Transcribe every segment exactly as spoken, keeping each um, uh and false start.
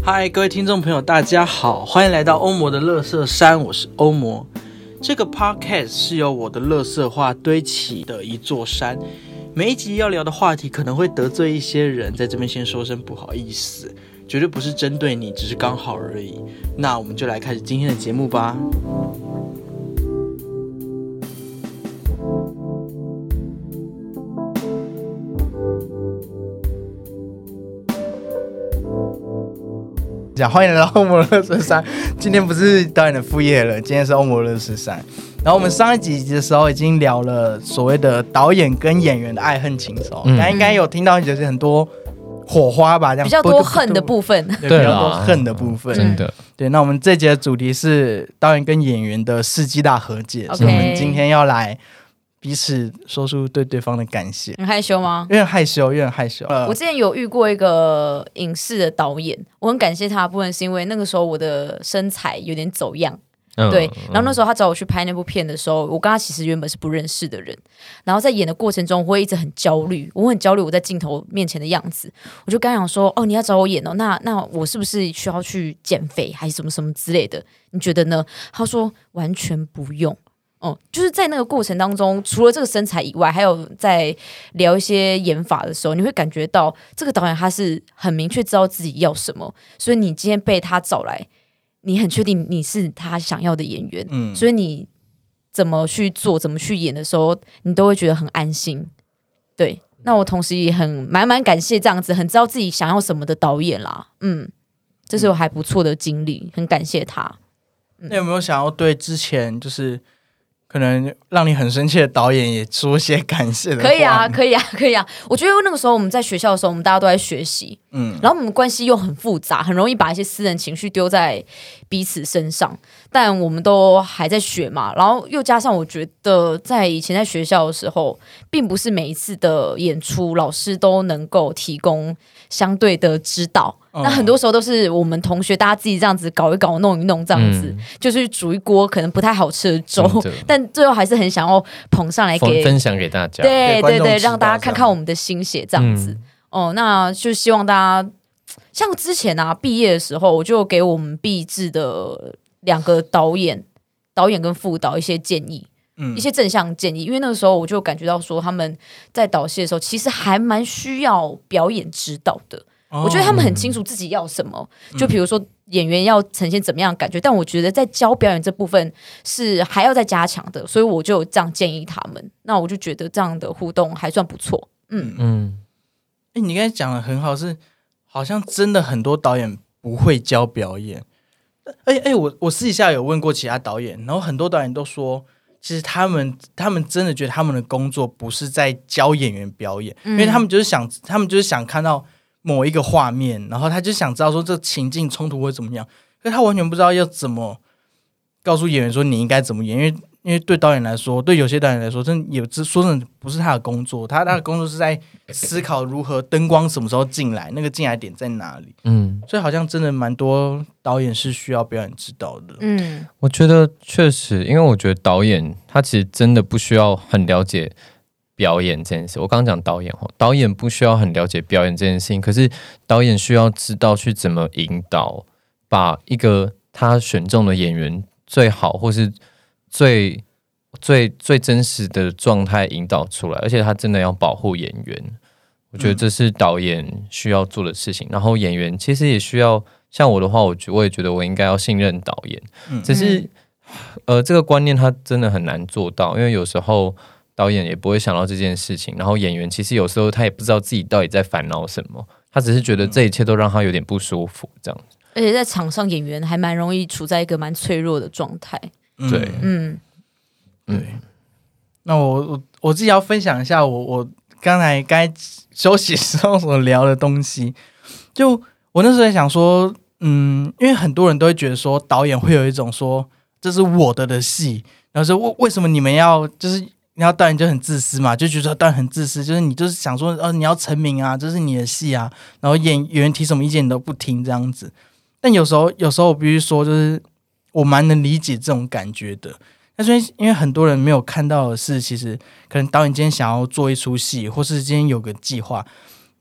嗨，各位听众朋友，大家好，欢迎来到欧摩的垃圾山，我是欧摩。这个 podcast 是由我的垃圾话堆起的一座山，每一集要聊的话题可能会得罪一些人，在这边先说声不好意思，绝对不是针对你，只是刚好而已。那我们就来开始今天的节目吧。欢迎来到欧摩乐十三。今天不是导演的副业了，今天是欧摩乐十三。然后我们上一集的时候已经聊了所谓的导演跟演员的爱恨情仇，大家、嗯、应该有听到就是很多火花吧，这样比较多恨的部分， 对，比较多恨的部分， 真的。 对，那我们这集的主题是导演跟演员的世纪大和解， okay. 所以我们今天要来彼此说出对对方的感谢。 很害羞吗？ 有点害羞，有点害羞、呃、 我之前有遇过一个影视的导演，我很感谢他的部分是因为那个时候我的身材有点走样、嗯、对，然后那时候他找我去拍那部片的时候，我跟他其实原本是不认识的人，然后在演的过程中我会一直很焦虑，我很焦虑我在镜头面前的样子，我就跟他讲说，哦，你要找我演哦，那那我是不是需要去减肥还是什么什么之类的，你觉得呢？他说完全不用。哦、就是在那个过程当中，除了这个身材以外，还有在聊一些演法的时候，你会感觉到这个导演他是很明确知道自己要什么，所以你今天被他找来，你很确定你是他想要的演员、嗯、所以你怎么去做怎么去演的时候，你都会觉得很安心。对，那我同时也很蛮蛮感谢这样子很知道自己想要什么的导演啦。嗯，这是我还不错的经历，很感谢他、 嗯、那有没有想要对之前就是可能让你很生气的导演也说些感谢的话？ 可以啊，可以啊，可以啊。我觉得那个时候我们在学校的时候，我们大家都在学习，嗯，然后我们关系又很复杂，很容易把一些私人情绪丢在彼此身上。但我们都还在学嘛，然后又加上我觉得在以前在学校的时候，并不是每一次的演出老师都能够提供相对的指导。那很多时候都是我们同学大家自己这样子搞一搞弄一弄这样子、嗯、就是煮一锅可能不太好吃的粥，但最后还是很想要捧上来给分享给大家， 对对对，让大家看看我们的心血这样子、嗯、哦，那就希望大家像之前啊毕业的时候，我就给我们毕制的两个导演导演跟副导一些建议、嗯、一些正向建议，因为那个时候我就感觉到说他们在导戏的时候其实还蛮需要表演指导的。我觉得他们很清楚自己要什么、嗯、就比如说演员要呈现怎么样的感觉、嗯、但我觉得在教表演这部分是还要再加强的，所以我就这样建议他们，那我就觉得这样的互动还算不错。嗯嗯， 欸、你刚才讲的很好，是好像真的很多导演不会教表演，而且、欸、我, 我私底下有问过其他导演，然后很多导演都说其实他们他们真的觉得他们的工作不是在教演员表演、嗯、因为他们就是想他们就是想看到某一个画面，然后他就想知道说这情境冲突会怎么样，可是他完全不知道要怎么告诉演员说你应该怎么演，因为因为对导演来说，对有些导演来说，真的也说真的不是他的工作，他他的工作是在思考如何灯光什么时候进来，那个进来点在哪里。嗯，所以好像真的蛮多导演是需要表演指导的。 嗯，我觉得确实，因为我觉得导演他其实真的不需要很了解表演这件事。我刚刚讲导演，导演不需要很了解表演这件事情，可是导演需要知道去怎么引导，把一个他选中的演员最好或是最最最真实的状态引导出来，而且他真的要保护演员。我觉得这是导演需要做的事情。然后演员其实也需要，像我的话，我我也觉得我应该要信任导演。只是呃，这个观念他真的很难做到，因为有时候导演也不会想到这件事情，然后演员其实有时候他也不知道自己到底在烦恼什么，他只是觉得这一切都让他有点不舒服这样子。 而且在场上演员还蛮容易处在一个蛮脆弱的状态。 对， 嗯， 对。那我我我自己要分享一下我我刚才该休息时候所聊的东西。就我那时候在想说，嗯，因为很多人都会觉得说导演会有一种说这是我的的戏，然后说为为什么你们要就是你要导演就很自私嘛，就觉得导演很自私，就是你就是想说呃你要成名啊，这是你的戏啊，然后演员提什么意见你都不听这样子。但有时候有时候我必须说，就是我蛮能理解这种感觉的。但是因为很多人没有看到的是，其实可能导演今天想要做一出戏，或是今天有个计划，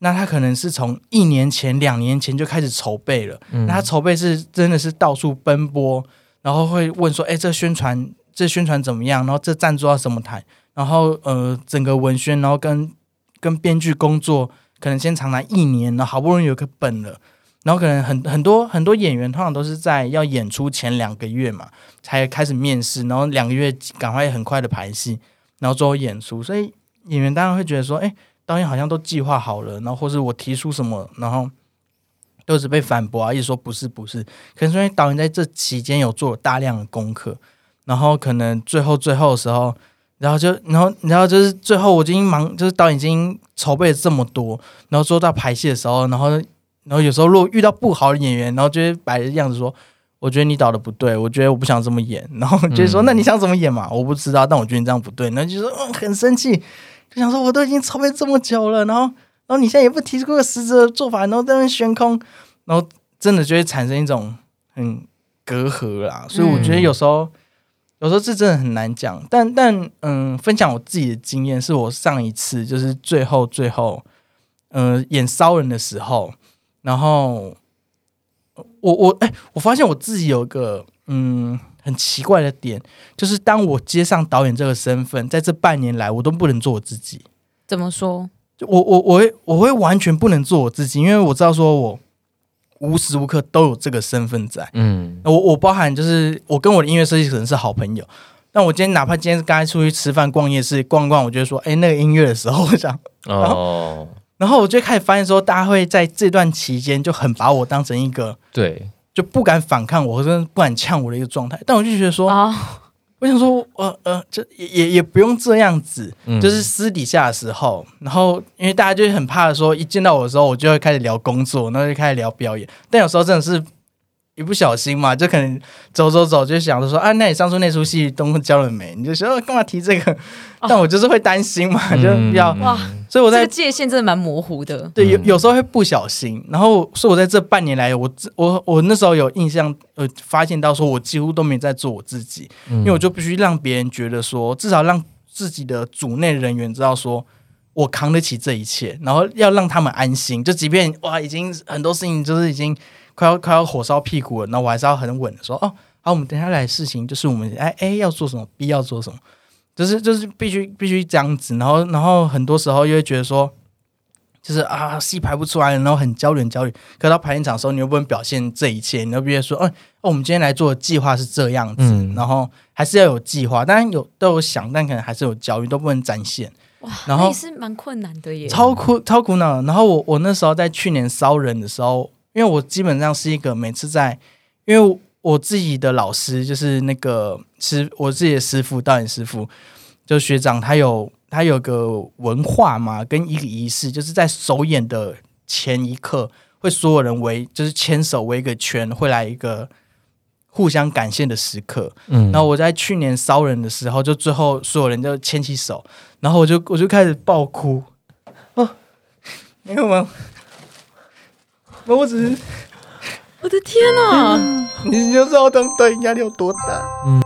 那他可能是从一年前、两年前就开始筹备了。嗯、那他筹备是真的是到处奔波，然后会问说：“哎，这宣传这宣传怎么样？然后这赞助要怎么谈？然后呃，整个文宣，然后跟跟编剧工作，可能先长达一年，然后好不容易有个本了。”然后可能很很多很多演员通常都是在要演出前两个月嘛，才开始面试，然后两个月赶快很快的排戏，然后最后演出。所以演员当然会觉得说，哎，导演好像都计划好了，然后或是我提出什么，然后都是被反驳啊，一直说不是不是。可能是因为导演在这期间有做了大量的功课，然后可能最后最后的时候，然后就然后然后就是最后我已经忙，就是导演已经筹备了这么多，然后做到排戏的时候，然后。然后有时候如果遇到不好的演员，然后就会摆着样子说，我觉得你导的不对，我觉得我不想这么演，然后就说、嗯、那你想怎么演嘛？我不知道，但我觉得你这样不对，然后就说嗯很生气，就想说我都已经筹备这么久了，然后然后你现在也不提出个实质的做法，然后在那边悬空，然后真的就会产生一种很隔阂啦。所以我觉得有时候、嗯、有时候这真的很难讲，但但嗯，分享我自己的经验，是我上一次就是最后最后嗯、呃、演骚人的时候。然后我我哎，我发现我自己有一个嗯很奇怪的点，就是当我接上导演这个身份，在这半年来，我都不能做我自己。 怎么说？ 我我我会我会完全不能做我自己，因为我知道说我无时无刻都有这个身份在。嗯，我我包含就是我跟我的音乐设计师是好朋友，但我今天哪怕今天刚才出去吃饭、逛夜市、逛逛，我就会说，哎，那个音乐的时候，我想哦。然后我就开始发现说，大家会在这段期间就很把我当成一个对，就不敢反抗我，或者不敢呛我的一个状态。但我就觉得说，哦、我想说，呃呃，就也也不用这样子，嗯、就是私底下的时候，然后因为大家就很怕说，一见到我的时候，我就会开始聊工作，然后就开始聊表演。但有时候真的是一不小心嘛，就可能走走走，就想着说，啊，那你上次那出戏东教了没？你就说干嘛提这个？哦、但我就是会担心嘛，嗯、就要哇。所以我在这个界限真的蛮模糊的， 对，有有时候会不小心，然后所以我在这半年来，我我我那时候有印象，呃，发现到说我几乎都没在做我自己，嗯、因为我就必须让别人觉得说，至少让自己的组内人员知道说我扛得起这一切，然后要让他们安心，就即便哇，已经很多事情就是已经快要快要火烧屁股了，那我还是要很稳的说，哦，好，我们等一下来的事情就是我们哎哎要做什么 ，B 要做什么。就是就是必须必须这样子，然后然后很多时候又会觉得说，就是啊戏排不出来，然后很焦虑很焦虑。可到排练场的时候，你又不能表现这一切，你又必须说，哎、哦，我们今天来做的计划是这样子，嗯、然后还是要有计划，当然有都有想，但可能还是有焦虑，都不能展现。 哇，然后那也是蛮困难的耶， 超苦超苦恼。然后我我那时候在去年骚人的时候，因为我基本上是一个每次在，因为我自己的老师就是那个师，我自己的师傅，导演师傅，就学长，他有他有个文化嘛，跟一个仪式，就是在首演的前一刻，会所有人围，就是牵手围一个圈，会来一个互相感谢的时刻。嗯，然后我在去年骚人的时候，就最后所有人就牵起手，然后我就我就开始爆哭。哦，没有吗？我只是。 我的天啊！ 嗯、你就知道当导演压力有多大。嗯。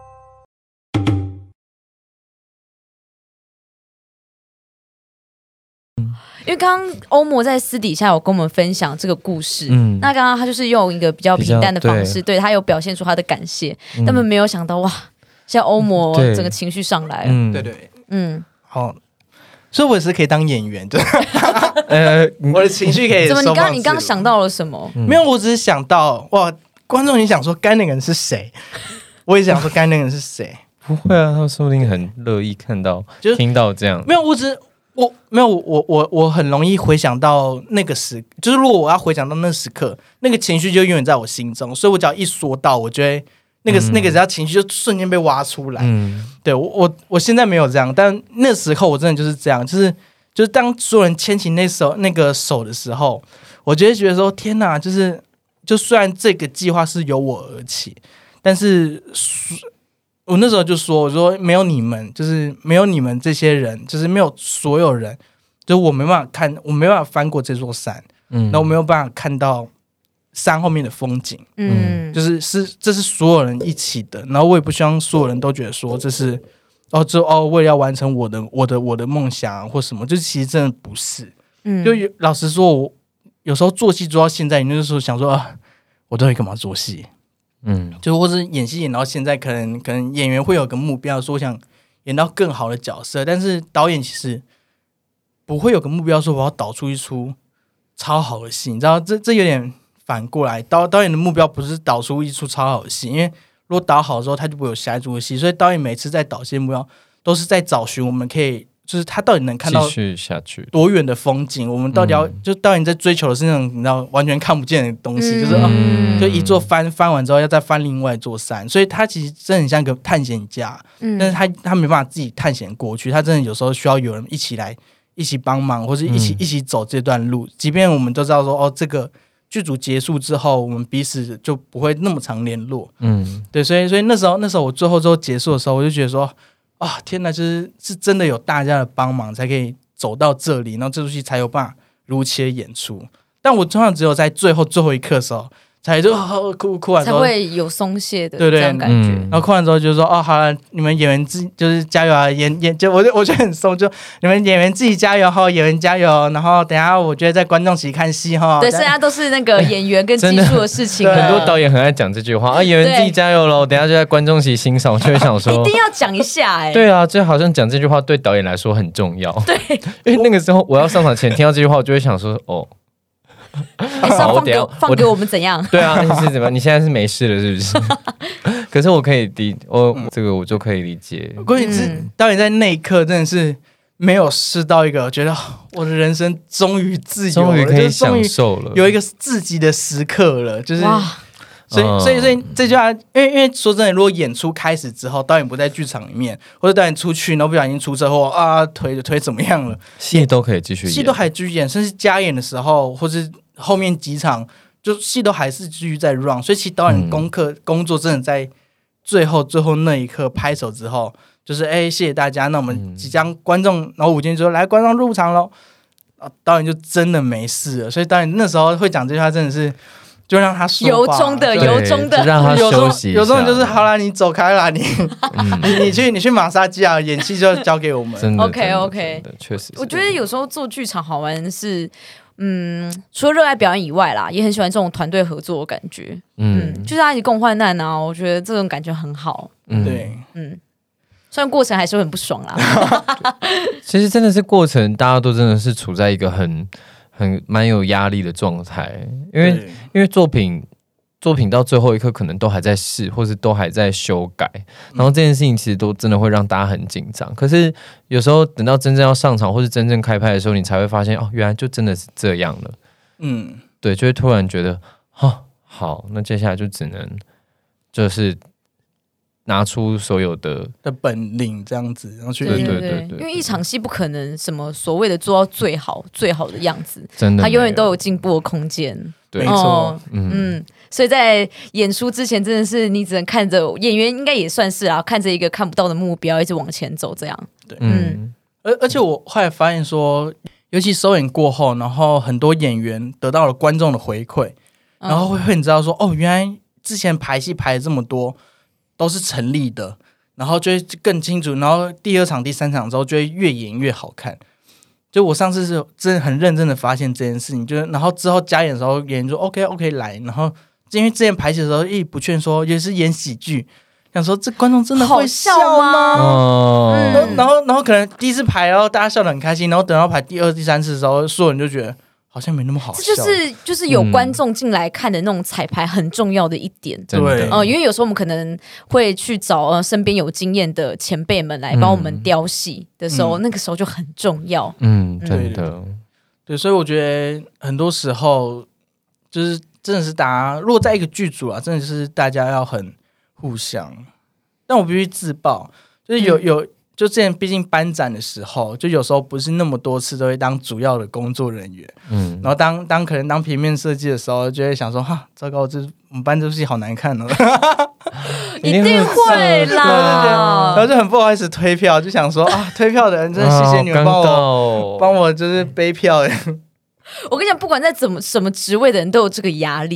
因为刚刚欧摩在私底下有跟我们分享这个故事，嗯、那刚刚他就是用一个比较平淡的方式，对, 对他有表现出他的感谢，嗯、但们没有想到哇，现在欧摩整个情绪上来了， 嗯、对对，嗯，好。所以我也是可以当演员，就呃，我的情绪可以。 怎么？你刚你刚想到了什么？ 嗯、没有，我只是想到哇，观众你想说该那个人是谁？我也想说该那个人是谁？ 不会啊，他们说不定很乐意看到、就是、听到这样。 没有，我只是我没有我我我很容易回想到那个时，就是如果我要回想到那时刻，那个情绪就永远在我心中，所以我只要一说到，我觉得。那个、嗯、那个只要情绪就瞬间被挖出来，嗯、对我我我现在没有这样，但那时候我真的就是这样，就是就是当所有人牵起那手那个手的时候，我就会觉得说天哪，就是就虽然这个计划是由我而起，但是我那时候就说我说没有你们，就是没有你们这些人，就是没有所有人，就是我没办法看，我没办法翻过这座山，嗯，那我没有办法看到。山后面的风景，嗯，就是是这是所有人一起的，然后我也不希望所有人都觉得说这是哦，就哦为了要完成我的我的我的梦想或什么，就其实真的不是， 嗯，就有老实说，我有时候做戏做到现在，你那时候想说啊，我到底干嘛做戏？嗯，就或是演戏演到现在，可能可能演员会有个目标，说我想演到更好的角色，但是导演其实不会有个目标，说我要导出一出超好的戏，你知道，这这有点反过来，导导演的目标不是导出一出超好的戏，因为如果导好之后，他就不会有下一出的戏，所以导演每次在导戏的目标都是在找寻我们可以。就是他到底能看到多远的风景？我们到底要、嗯、就导演在追求的是那种你知道完全看不见的东西，嗯、就是、哦、就一座翻翻完之后要再翻另外一座山，所以他其实真的很像个探险家，嗯、但是他他没办法自己探险过去，他真的有时候需要有人一起来一起帮忙，或者一起、嗯、一起走这段路。即便我们都知道说哦，这个剧组结束之后，我们彼此就不会那么常联络，嗯，对，所以所以那时候那时候我最后之后结束的时候，我就觉得说。啊、哦、天哪，就是是真的有大家的帮忙才可以走到这里，然后这出戏才有办法如期的演出。但我通常只有在最后最后一刻的时候，才就、哦、哭哭完之后才会有松懈的对对这样感觉、 嗯。然后哭完之后就说哦好了，你们演员自己就是加油啊，演演就我就我觉得很松，就你们演员自己加油哈，演员加油。然后等一下我觉得在观众席看戏哈， 对，剩下都是那个演员跟技术的事情。 很多导演很爱讲这句话啊，演员自己加油喽，等一下就在观众席欣赏，我就会想说一定要讲一下哎、欸。 对啊，就好像讲这句话对导演来说很重要。 对， 因为那个时候我要上场前听到这句话，我就会想说哦。 还是要放给我放给我们怎样？ 对啊，你是怎么？你现在是没事了是不是？可是我可以理，我、嗯、这个我就可以理解。 关键是导演在那一刻真的是没有试到一个，觉得我的人生终于自由了， 终于可以享受了， 有一个自己的时刻了，就是。所以，所以，所以这句话，因为因为说真的，如果演出开始之后，导演不在剧场里面，或者导演出去，然后不小心出车祸啊，腿腿怎么样了， 戏都可以继续演， 戏都还继续演，甚至加演的时候，或是后面几场，就戏都还是继续在 run。所以，其实导演功课、嗯、工作真的在最后最后那一刻拍手之后，就是哎，谢谢大家，那我们即将观众，然后舞监说来，观众入场喽，导演就真的没事了。所以导演那时候会讲这句话，真的是。就让他说由衷的，由衷的， 让他休息一下。 有种就是好啦，你走开啦，你、嗯、你你去你去马杀鸡啊，演戏就交给我们。 真的 ，OK OK， 确实。 我觉得有时候做剧场好玩的是，嗯，除了热爱表演以外啦，也很喜欢这种团队合作的感觉。嗯，嗯就是大家一起共患难啊，我觉得这种感觉很好。 嗯，对， 嗯，虽然过程还是很不爽啦。 其实真的是过程，大家都真的是处在一个很。很蛮有压力的状态，因为因为作品作品到最后一刻可能都还在试，或是都还在修改，然后这件事情其实都真的会让大家很紧张。可是有时候等到真正要上场或是真正开拍的时候，你才会发现哦，原来就真的是这样了。嗯，对，就会突然觉得哦，好，那接下来就只能就是。拿出所有的的本领，这样子，然后去对对对，因为一场戏不可能什么所谓的做到最好最好的样子， 真的， 它永远都有进步的空间。 没错， 嗯嗯，所以在演出之前，真的是你只能看着演员，应该也算是啊，看着一个看不到的目标，一直往前走，这样。 对，嗯，而而且我后来发现说，尤其首演过后，然后很多演员得到了观众的回馈，然后会会你知道说，哦，原来之前排戏排了这么多。都是成立的，然后就会更清楚，然后第二场、第三场之后就会越演越好看。就我上次是真的很认真的发现这件事情，就是然后之后加演的时候，演员说 OK OK 来，然后因为之前排戏的时候一不劝说，也是演喜剧，想说这观众真的会笑吗？ 哦、 嗯，然后然后可能第一次排，然后大家笑得很开心，然后等到排第二、第三次的时候，所有人就觉得。好像没那么好笑， 这就是就是有观众进来看的那种彩排很重要的一点。 对、 嗯，呃，因为有时候我们可能会去找呃身边有经验的前辈们来帮我们雕戏的时候，嗯、那个时候就很重要。 嗯，真的，对， 对，所以我觉得很多时候就是真的是大家，如果在一个剧组啊，真的是大家要很互相。但我必须自爆，就是有、嗯、有。就之前毕竟班展的时候，就有时候不是那么多次都会当主要的工作人员，嗯，然后当当可能当平面设计的时候，就会想说哈，糟糕，这我们班这部戏好难看哦， 一定会啦，对对对， 然后就很不好意思推票，就想说啊，推票的人真的谢谢你们帮我帮、哦、我就是背票。 我跟你讲，不管在怎么什么职位的人都有这个压力。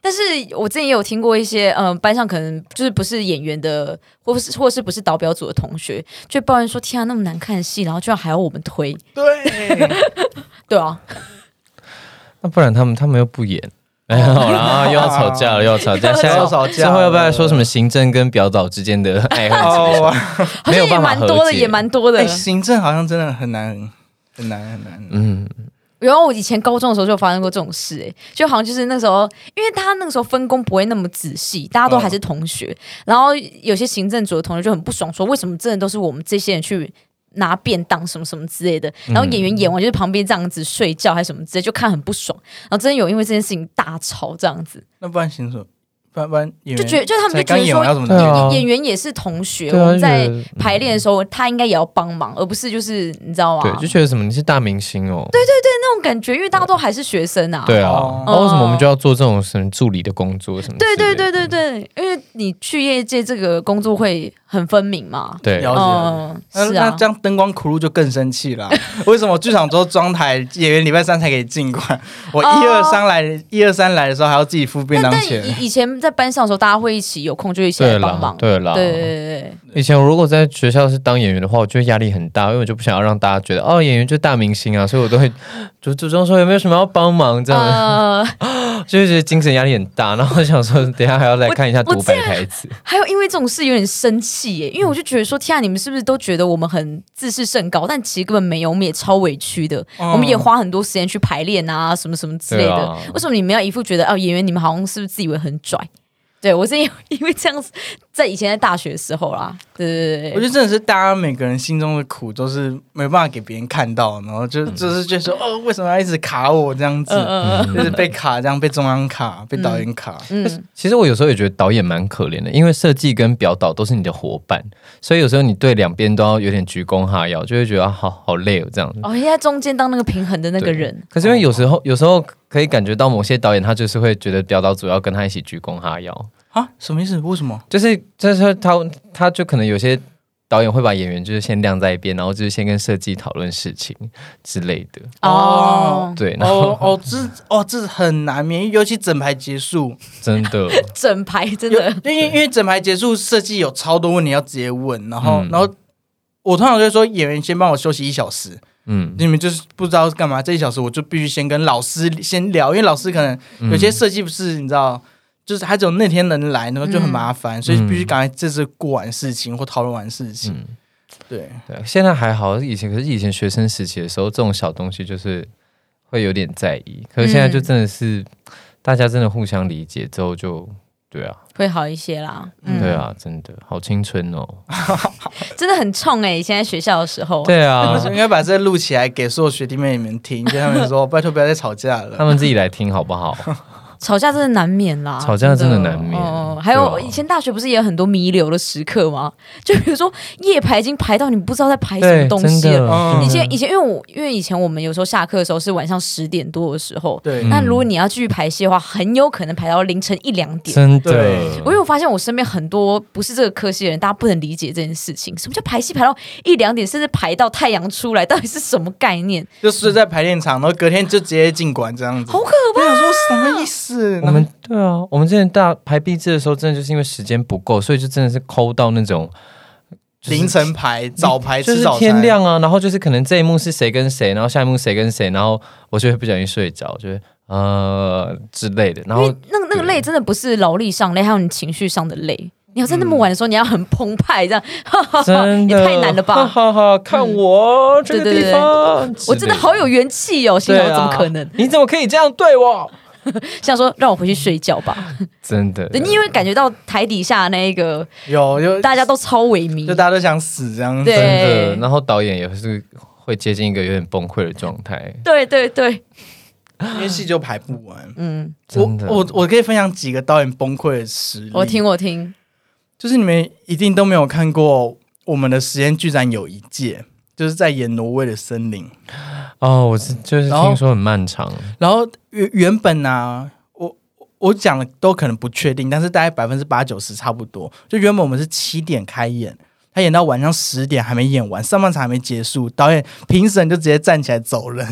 但是我之前也有听过一些，嗯、呃，班上可能就是不是演员的，或是或是不是导表组的同学，就抱怨说：“天啊，那么难看的戏，然后居然还要我们推。” 对， 对啊， 那不然他们他们又不演。哎，好啦，又要吵架了，又要吵架。现在要吵架， 之后要不要说什么行政跟表导之间的爱恨之哦， 没有办法和解？ 好像也蛮多的，也蛮多的。 哎，行政好像真的很难，很难，很难。嗯， 然后我以前高中的时候就发生过这种事，哎，就好像就是那时候，因为他那个时候分工不会那么仔细，大家都还是同学，哦、然后有些行政组的同学就很不爽，说为什么真的都是我们这些人去拿便当什么什么之类的，然后演员演完就是旁边这样子睡觉还是什么之类，就看很不爽，然后真的有因为这件事情大吵这样子。 那不然行什？不然不然演员就觉得，就他们就觉得说， 啊、 演员也是同学， 啊、 我们在排练的时候，他应该也要帮忙，而不是就是你知道吗？ 对，就觉得什么你是大明星哦。 对对对，那种感觉，因为大家都还是学生啊。 对啊，哦哦、为什么我们就要做这种什么助理的工作什么？ 对对对对对，因为你去业界这个工作会很分明嘛。 对， 了解。 嗯、是啊， 啊， 那这样灯光苦路就更生气了。为什么剧场周装台演员礼拜三才可以进馆？我一二三来，一二三来的时候还要自己付便当钱。 但以前在班上的时候，大家会一起有空就一起来帮忙。 对啦， 对对对。 以前我如果在学校是当演员的话，我觉得压力很大，因为我就不想要让大家觉得哦，演员就是大明星啊，所以我都会就主动说有没有什么要帮忙这样子，呃、就会觉得精神压力很大。然后想说，等一下还要来看一下独白台词。 还有因为这种事有点生气耶，因为我就觉得说，天啊，你们是不是都觉得我们很自视甚高？但其实根本没有，我们也超委屈的，嗯、我们也花很多时间去排练啊，什么什么之类的。啊、为什么你们要一副觉得哦，演员你们好像是不是自以为很拽？对，我是因为这样子，在以前在大学的时候啦，对对对， 我觉得真的是大家每个人心中的苦都是没办法给别人看到，然后就、嗯、就是觉得说哦，为什么要一直卡我这样子，嗯、就是被卡这样，被中央卡，被导演卡。 嗯嗯、其实我有时候也觉得导演蛮可怜的，因为设计跟表导都是你的伙伴，所以有时候你对两边都要有点鞠躬哈腰，就会觉得好好累哦这样子。 哦，在中间当那个平衡的那个人。 可是因为有时候，有时候可以感觉到某些导演他就是会觉得表导组要跟他一起鞠躬哈腰。 啊，什么意思？为什么？ 就是就是他他就可能有些导演会把演员就是先晾在一边，然后就是先跟设计讨论事情之类的。 哦， 对，然后哦哦，这哦这很难免，尤其整排结束， 真的整排真的， 因为因为整排结束设计有超多问题要直接问，然后、嗯、然后我通常就会说演员先帮我休息一小时。嗯，你们就是不知道干嘛，这一小时我就必须先跟老师先聊，因为老师可能有些设计不是你知道。就是还只有那天能来，然后就很麻烦，嗯、所以必须赶快这次过完事情或讨论完事情。嗯、对对，现在还好，以前可是以前学生时期的时候，这种小东西就是会有点在意。可是现在就真的是、嗯、大家真的互相理解之后就，对啊， 会好一些啦。 嗯、对啊，真的好青春哦， 真的很冲哎、欸！以前在学校的时候， 对啊， 应该把这录起来给所有学弟妹们听，跟他们说拜托不要再吵架了， 他们自己来听好不好？ 吵架真的难免啦， 吵架真的难免。 哦、还有以前大学不是也有很多弥留的时刻吗？就比如说夜排已经排到你不知道在排什么东西了。以前以前因为我因为以前我们有时候下课的时候是晚上十点多的时候， 对。 那如果你要继续排戏的话，很有可能排到凌晨一两点。 真的。 因为我发现我身边很多不是这个科系的人，大家不能理解这件事情。什么叫排戏排到一两点，甚至排到太阳出来，到底是什么概念？ 就睡在排练场，然后隔天就直接进馆这样子， 好可怕！ 我想说什么意思？ 我们。对啊，我们之前大排毕制的时候，真的就是因为时间不够，所以就真的是抠到那种、 就是、凌晨排、早排吃早餐， 就是天亮啊，然后就是可能这一幕是谁跟谁，然后下一幕谁跟谁，然后我就会不小心睡着，就会呃之类的。然后那个那个累真的不是劳力上累，还有你情绪上的累。你要在那么晚的时候，嗯、你要很澎湃，这样， 真的也太难了吧？ 哈哈，看我、嗯、这个地方， 对对对我真的好有元气哦！心想怎么可能？ 你怎么可以这样对我？ 像说让我回去睡觉吧， 真的， 对，你会感觉到台底下那一个有有， 大家都超萎靡， 就大家都想死这样子， 对， 真的。然后导演也是会接近一个有点崩溃的状态， 对对对， 因为戏就排不完。 嗯， 我我我可以分享几个导演崩溃的实例， 我听我听， 就是你们一定都没有看过我们的实验剧展有一届，就是在演挪威的森林。 哦，我是就是听说很漫长， 然后原原本啊，我我讲的都可能不确定，但是大概百分之八九十差不多。就原本我们是七点开演，他演到晚上十点还没演完，上半场还没结束，导演评审就直接站起来走人。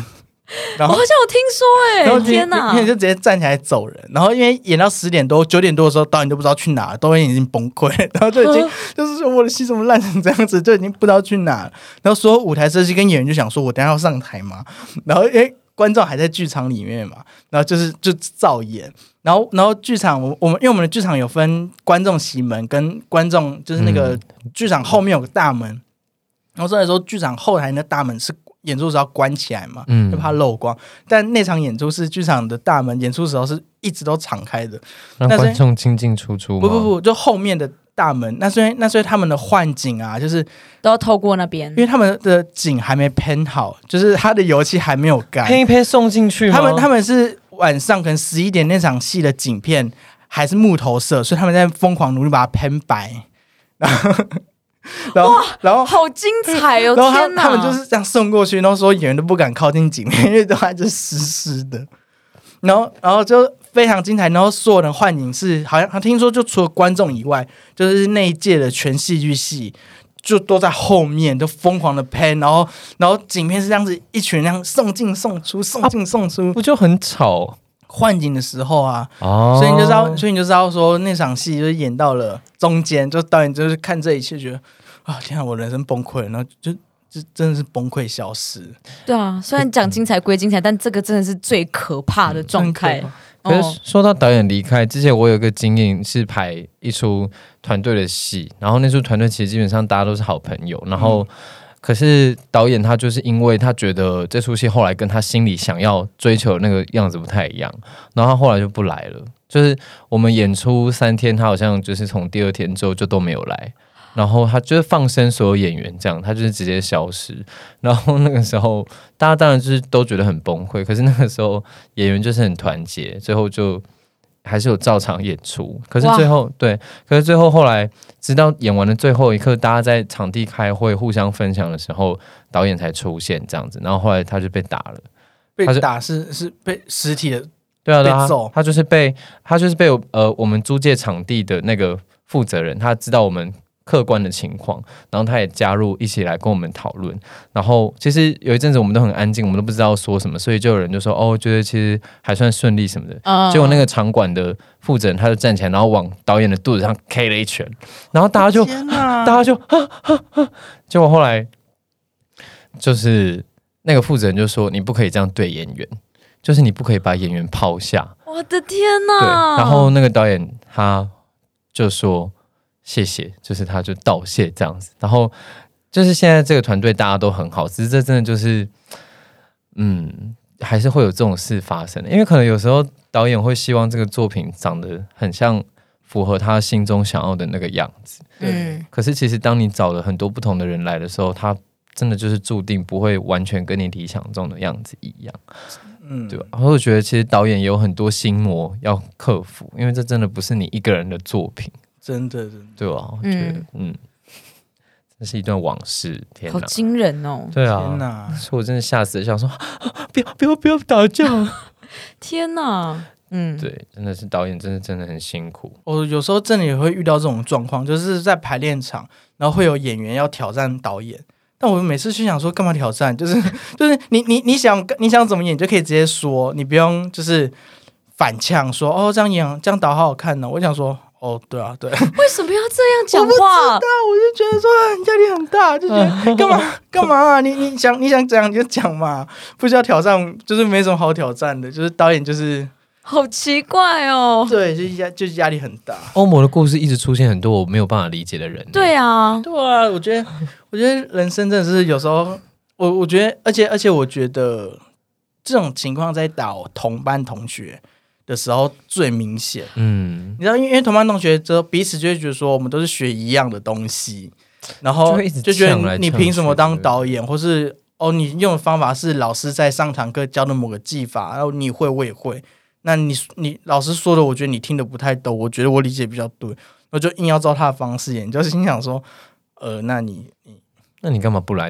然后我好像有听说哎、欸，天哪！ 你就直接站起来走人，然后因为演到十点多、九点多的时候，导演都不知道去哪了，导演已经崩溃了，然后就已经就是说我的戏怎么烂成这样子，就已经不知道去哪了。然后所有舞台设计跟演员就想说，我等一下要上台嘛，然后因为观众还在剧场里面嘛，然后就是就照演，然后然后剧场我我们因为我们的剧场有分观众席门跟观众就是那个剧场后面有个大门，然后所以说剧场后台那大门是演出的时候要关起来嘛，就怕漏光。但那场演出是剧场的大门，演出的时候是一直都敞开的， 让观众进进出出吗？ 不不不，就后面的大门。那所以那所以他们的换景啊，就是都要透过那边， 因为他们的景还没喷好，就是它的油漆还没有干， 喷一喷送进去吗？ 他们他们是晚上可能十一点那场戏的景片还是木头色，所以他们在疯狂努力把它喷白，然后。然后，然后好精彩哦！ 然后他天哪， 他们就是这样送过去，然后说演员都不敢靠近景面，因为都还是湿湿的。然后，然后就非常精彩。然后所有人幻影是好像他听说，就除了观众以外，就是那一届的全戏剧系就都在后面，都疯狂的喷。然后，然后景片是这样子，一群那样送进送出，送进送出， 啊、不就很吵？ 换景的时候啊， 哦， 所以你就知道，所以你就知道说那场戏就是演到了中间，就导演就是看这一切，觉得啊，天啊，我人生崩溃了，然后就就真的是崩溃消失。 对啊，虽然讲精彩归精彩，但这个真的是最可怕的状态。 可是说到导演离开之前，我有一个经验是排一出团队的戏，然后那出团队其实基本上大家都是好朋友，然后。嗯可是导演他就是因为他觉得这出戏后来跟他心里想要追求的那个样子不太一样，然后他后来就不来了。就是我们演出三天，他好像就是从第二天之后就都没有来，然后他就是放生所有演员这样，他就是直接消失。然后那个时候大家当然就是都觉得很崩溃，可是那个时候演员就是很团结，最后就还是有照常演出。可是最后对，可是最后后来直到演完的最后一刻，大家在场地开会互相分享的时候，导演才出现这样子。然后后来他就被打了， 被打是是被实体的， 对啊对啊， 被揍。 他就是被他就是被呃我们租借场地的那个负责人，他知道我们客观的情况，然后他也加入一起来跟我们讨论。然后其实有一阵子我们都很安静，我们都不知道说什么，所以就有人就说哦，觉得其实还算顺利什么的。嗯、结果那个场馆的负责人他就站起来，然后往导演的肚子上 K 了一拳，然后大家就大家就哈哈哈。结果后来就是那个负责人就说：“你不可以这样对演员，就是你不可以把演员抛下。” 我的天哪！ 对，然后那个导演他就说。谢谢，就是他就道谢这样子，然后就是现在这个团队大家都很好，只是这真的就是，嗯，还是会有这种事发生的，因为可能有时候导演会希望这个作品长得很像符合他心中想要的那个样子，嗯，可是其实当你找了很多不同的人来的时候，他真的就是注定不会完全跟你理想中的样子一样，嗯，对吧？然后我觉得其实导演也有很多心魔要克服，因为这真的不是你一个人的作品。真的，真的，对吧、啊？我觉得，嗯，嗯这是一段往事，天哪， 好惊人哦！ 对啊，天哪，所以我真的吓死了，想说，啊、不要，不要，不要打架！ 天哪，嗯， 对，真的是导演，真的真的很辛苦。 我有时候真的也会遇到这种状况，就是在排练场，然后会有演员要挑战导演，但我每次去想说，干嘛挑战？就是就是你你你想你想怎么演，你就可以直接说，你不用就是反呛说，哦，这样演这样导好好看呢、哦。我想说。哦，对啊，对， 为什么要这样讲话？ 我不知道，我就觉得说压力很大，就觉得干嘛干嘛啊？你你想你想讲你就讲嘛，不需要挑战，就是没什么好挑战的。就是导演就是好奇怪哦， 对，就压就是压力很大。 欧魔的故事一直出现很多我没有办法理解的人。 对啊， 对啊，我觉得我觉得人生真的是有时候，我我觉得，而且而且我觉得这种情况在打我同班同学的时候最明显，嗯，你知道，因为因为同班同学之后彼此就会觉得说我们都是学一样的东西，然后就觉得你凭什么当导演，或是哦你用的方法是老师在上堂课教的某个技法，然后你会我也会，那你你老师说的，我觉得你听得不太懂，我觉得我理解比较对，我就硬要照他的方式演，你就心想说，呃，那你你那你干嘛不来导？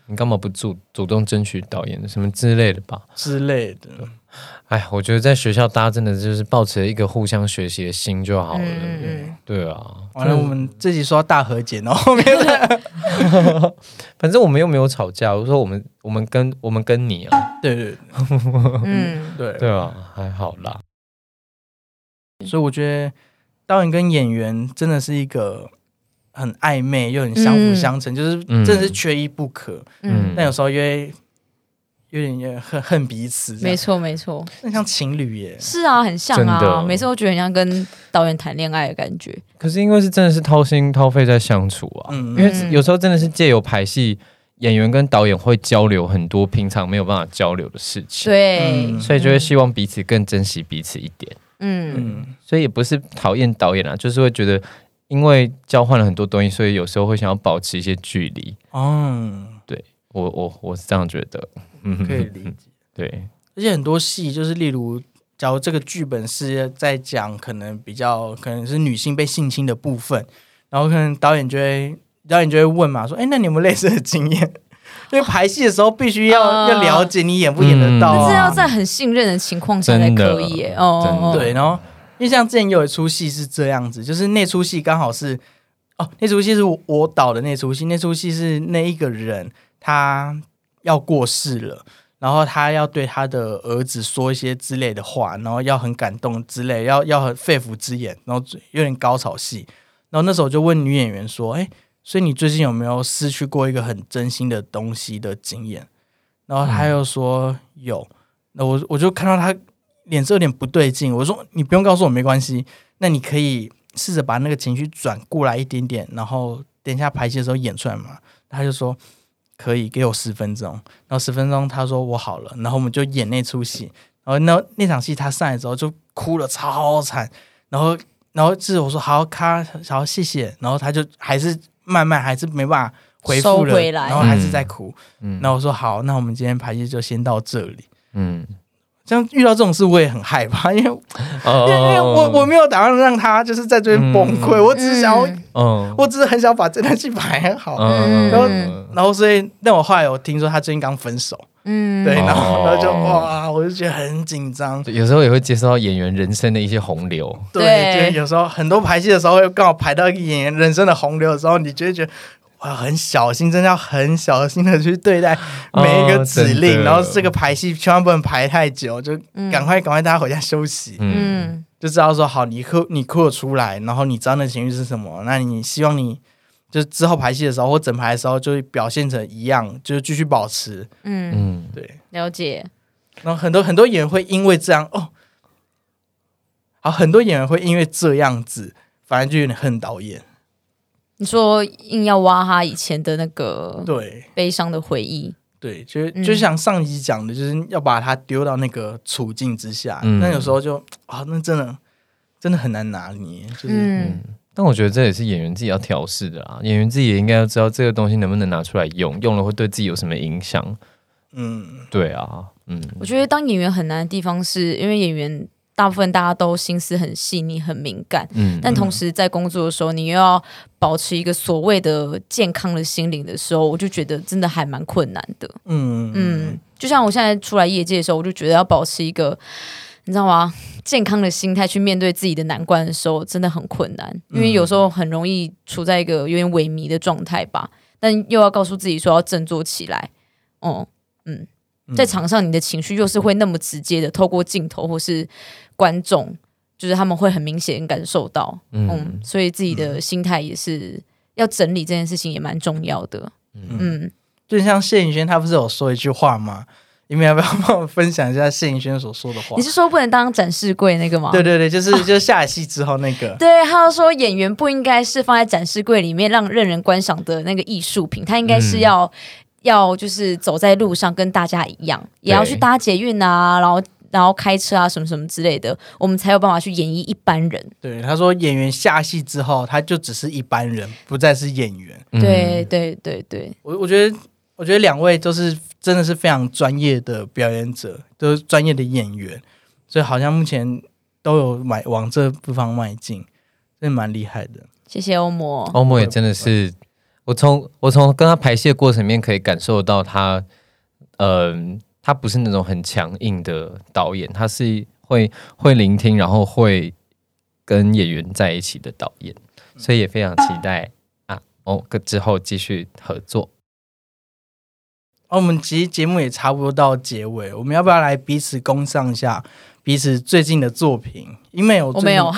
你干嘛不主主动争取导演什么之类的吧？ 之类的。 哎，我觉得在学校大家真的就是抱持一个互相学习的心就好了。 嗯嗯对啊， 完了，我们这集说到大和解，然后后面反正我们又没有吵架。我说我们我们跟我们跟你啊， 对对对， 嗯， 对对啊，还好啦。 所以我觉得导演跟演员真的是一个很暧昧又很相辅相成，嗯、就是真的是缺一不可。嗯，但有时候因为有点有点恨恨彼此， 没错没错， 很像情侣耶。 是啊，很像啊，每次都觉得很像跟导演谈恋爱的感觉。 可是因为是真的是掏心掏肺在相处啊，嗯、因为有时候真的是借由排戏。演员跟导演会交流很多平常没有办法交流的事情， 对、 嗯，所以就会希望彼此更珍惜彼此一点， 嗯嗯，所以也不是讨厌导演啊，就是会觉得因为交换了很多东西，所以有时候会想要保持一些距离。哦，对我我我是这样觉得， 可以理解。 对， 而且很多戏就是例如，假如这个剧本是在讲可能比较可能是女性被性侵的部分，然后可能导演就会。导演就会问嘛，说：“哎、欸，那你有没有类似的经验？因为排戏的时候必须要、呃、要了解你演不演得到、啊， 但是要在很信任的情况下才可以耶。哦， 对，然后因为像之前有一出戏是这样子，就是那出戏刚好是哦，那出戏是我导的那出戏，那出戏是那一个人他要过世了，然后他要对他的儿子说一些之类的话，然后要很感动之类，要要很肺腑之言，然后有点高潮戏。然后那时候我就问女演员说：‘哎、欸。’所以你最近有没有失去过一个很真心的东西的经验？然后他又说有，那我我就看到他脸色有点不对劲，我说你不用告诉我没关系，那你可以试着把那个情绪转过来一点点，然后等一下排戏的时候演出来嘛。他就说可以，给我十分钟，然后十分钟他说我好了，然后我们就演那出戏，然后那那场戏他上来之后就哭了超惨，然后然后就是我说好咔，好谢谢，然后他就还是。慢慢还是没办法回复了，然后还是在哭。嗯，然后我说好，那我们今天排戏就先到这里。嗯，这样遇到这种事我也很害怕，因为、哦、因为我我没有打算让他就是在这边崩溃，嗯、我只是想要，嗯、我只是很想把这段戏排好。嗯、然后然后所以，但我后来我听说他最近刚分手。嗯，对，然后然后就哇，我就觉得很紧张。 有时候也会接受到演员人生的一些洪流。 对，就是有时候很多排戏的时候，会刚好排到一个演员人生的洪流的时候，你就会觉得哇，很小心，真的要很小心的去对待每一个指令。哦、然后这个排戏千万不能排太久，就赶快赶快大家回家休息。嗯，就知道说好，你哭你哭了出来，然后你知道那情绪是什么，那你希望你。就是之后排戏的时候或整排的时候，就会表现成一样，就是继续保持。嗯嗯，对， 了解。 然后很多很多演员会因为这样哦，好，很多演员会因为这样子，反而就有点恨导演。 你说硬要挖他以前的那个对悲伤的回忆， 对，就就像上集讲的，就是要把他丢到那个处境之下。嗯、那有时候就啊，那真的真的很难拿捏，就是。嗯但我觉得这也是演员自己要调试的啦，演员自己也应该要知道这个东西能不能拿出来用，用了会对自己有什么影响。嗯，对啊，嗯， 我觉得当演员很难的地方是因为演员大部分大家都心思很细腻、很敏感，嗯，但同时在工作的时候，你又要保持一个所谓的健康的心灵的时候，我就觉得真的还蛮困难的。嗯嗯，就像我现在出来业界的时候，我就觉得要保持一个。你知道吗？健康的心态去面对自己的难关的时候，真的很困难，因为有时候很容易处在一个有点萎靡的状态吧。但又要告诉自己说要振作起来。哦，嗯，在场上你的情绪又是会那么直接的，透过镜头或是观众，就是他们会很明显感受到。嗯，嗯所以自己的心态也是要整理这件事情，也蛮重要的。嗯， 嗯就像谢颖轩他不是有说一句话吗？你们要不要帮我分享一下谢颖轩所说的话？ 你是说不能当展示柜那个吗？ 对对对，就是就是下戏之后那个。 对，他说演员不应该是放在展示柜里面让任人观赏的那个艺术品，他应该是要、嗯、要就是走在路上跟大家一样，也要去搭捷运啊，然后然后开车啊什么什么之类的，我们才有办法去演绎一般人。 对，他说演员下戏之后，他就只是一般人，不再是演员。 嗯、对对对对， 我我觉得我觉得两位都是。真的是非常专业的表演者，都是专业的演员，所以好像目前都有买往这部分迈进，真的蛮厉害的。 谢谢欧摩， 欧摩也真的是我从我从跟他排戏的过程里面可以感受到他，嗯、呃，他不是那种很强硬的导演，他是会会聆听，然后会跟演员在一起的导演，所以也非常期待啊，哦，之后继续合作。 哦，我们其实节目也差不多到结尾，我们要不要来彼此攻上一下彼此最近的作品？因为我我没有，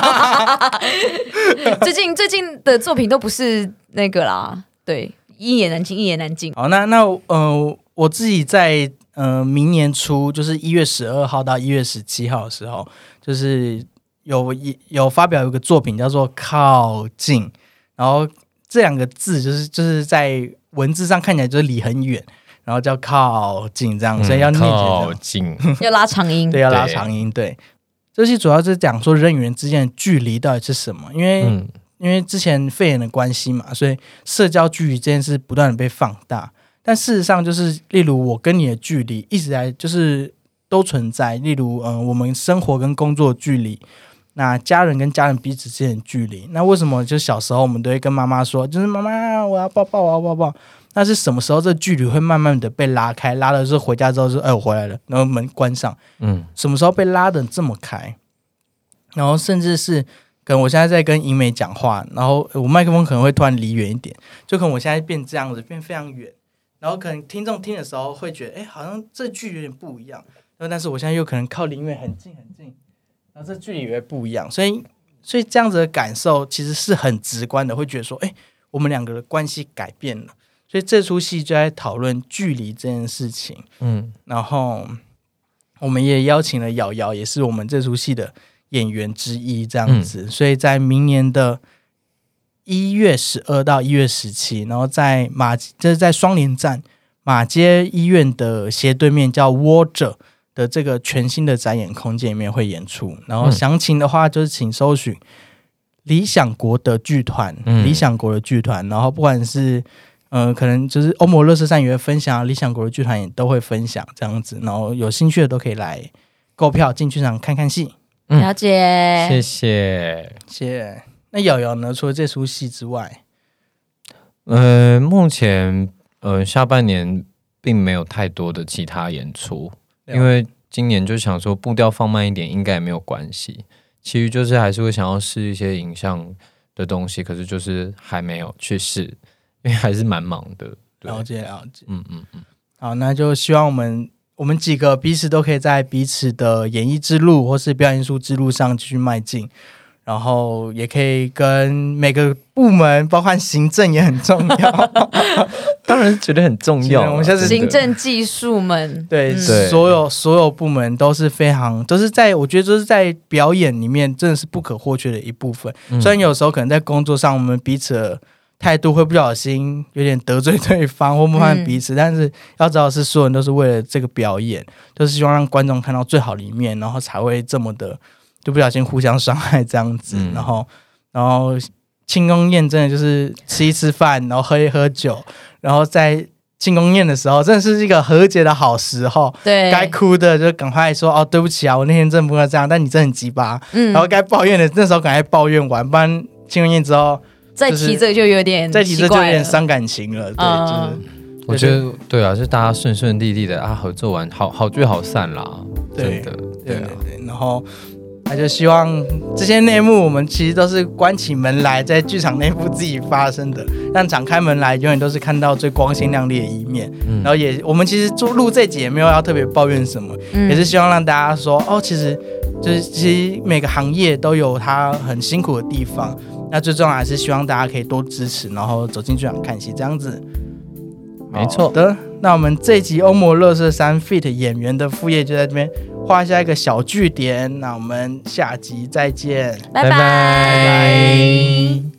最近最近的作品都不是那个啦，对，一言难尽，一言难尽。 好，那那呃，我自己在呃明年初，就是一月十二号到一月十七号的时候，就是有有发表一个作品叫做《靠近》，然后这两个字就是就是在文字上看起来就是离很远。然后叫靠近这样，所以要念起来靠近， 要拉长音， 对，要拉长音。对，这些主要是讲说人与人之间的距离到底是什么，因为、嗯、因为之前肺炎的关系嘛，所以社交距离这件事不断的被放大。但事实上，就是例如我跟你的距离一直在就是都存在，例如嗯、呃，我们生活跟工作的距离，那家人跟家人彼此之间的距离，那为什么就小时候我们都会跟妈妈说，就是妈妈我要抱抱，我要抱抱。那是什么时候这距离会慢慢的被拉开？拉的时候回家之后说：“哎，我回来了。”然后门关上。嗯，什么时候被拉的这么开？然后甚至是可能我现在在跟银美讲话，然后我麦克风可能会突然离远一点，就可能我现在变这样子，变非常远。然后可能听众听的时候会觉得，哎，好像这距离有点不一样。然后但是我现在又可能靠离远很近很近，然后这距离也会不一样。所以，所以这样子的感受其实是很直观的，会觉得说，哎，我们两个的关系改变了。所以这出戏就在讨论距离这件事情，嗯，然后我们也邀请了瑶瑶，也是我们这出戏的演员之一，这样子。嗯、所以在明年的一月十二到一月十七，然后在马就是在双连站马街医院的斜对面叫窝着的这个全新的展演空间里面会演出。然后详情的话，就是请搜寻理想国的剧团，嗯、理想国的剧团，然后不管是呃，可能就是欧摩乐色山也会分享，理想国的剧团也都会分享这样子，然后有兴趣的都可以来购票进剧场看看戏。 嗯、了解， 谢谢， 谢谢。那瑶瑶呢？除了这出戏之外， 呃，目前呃下半年并没有太多的其他演出，因为今年就想说步调放慢一点，应该也没有关系。其余就是还是会想要试一些影像的东西，可是就是还没有去试。因为还是蛮忙的， 了解了解，嗯嗯嗯，好，那就希望我们我们几个彼此都可以在彼此的演艺之路或是表演艺术之路上继续迈进，然后也可以跟每个部门，包括行政也很重要， 当然觉得很重要。 我们下次行政技术们， 对，嗯、所有所有部门都是非常，都是在我觉得就是在表演里面真的是不可或缺的一部分。嗯、虽然有时候可能在工作上我们彼此的态度会不小心有点得罪对方或冒犯彼此、嗯、但是要知道是所有人都是为了这个表演，就是希望让观众看到最好的一面，然后才会这么的就不小心互相伤害这样子、嗯、然后然后庆功宴真的就是吃一吃饭，然后喝一喝酒，然后在庆功宴的时候真的是一个和解的好时候， 对， 该哭的就赶快说哦对不起啊，我那天真的不该这样，但你真的很鸡巴、嗯、然后该抱怨的那时候赶快抱怨完，不然庆功宴之后再提这个就有点再提这就有点伤感情了，对，嗯、就是我觉得对啊，就是大家顺顺利利的啊，合作完好好聚好散啦，真的， 对啊，对对，然后那就希望这些内幕我们其实都是关起门来在剧场内部自己发生的，但敞开门来永远都是看到最光鲜亮丽的一面。嗯、然后也我们其实做录这集也没有要特别抱怨什么，嗯、也是希望让大家说哦，其实就是其实每个行业都有它很辛苦的地方。那最重要还是希望大家可以多支持，然后走进剧场看戏，这样子。 没错的。那我们这一集欧摩乐色山 feat 演员的副业就在这边画下一个小句点。那我们下集再见， 拜拜。 拜拜。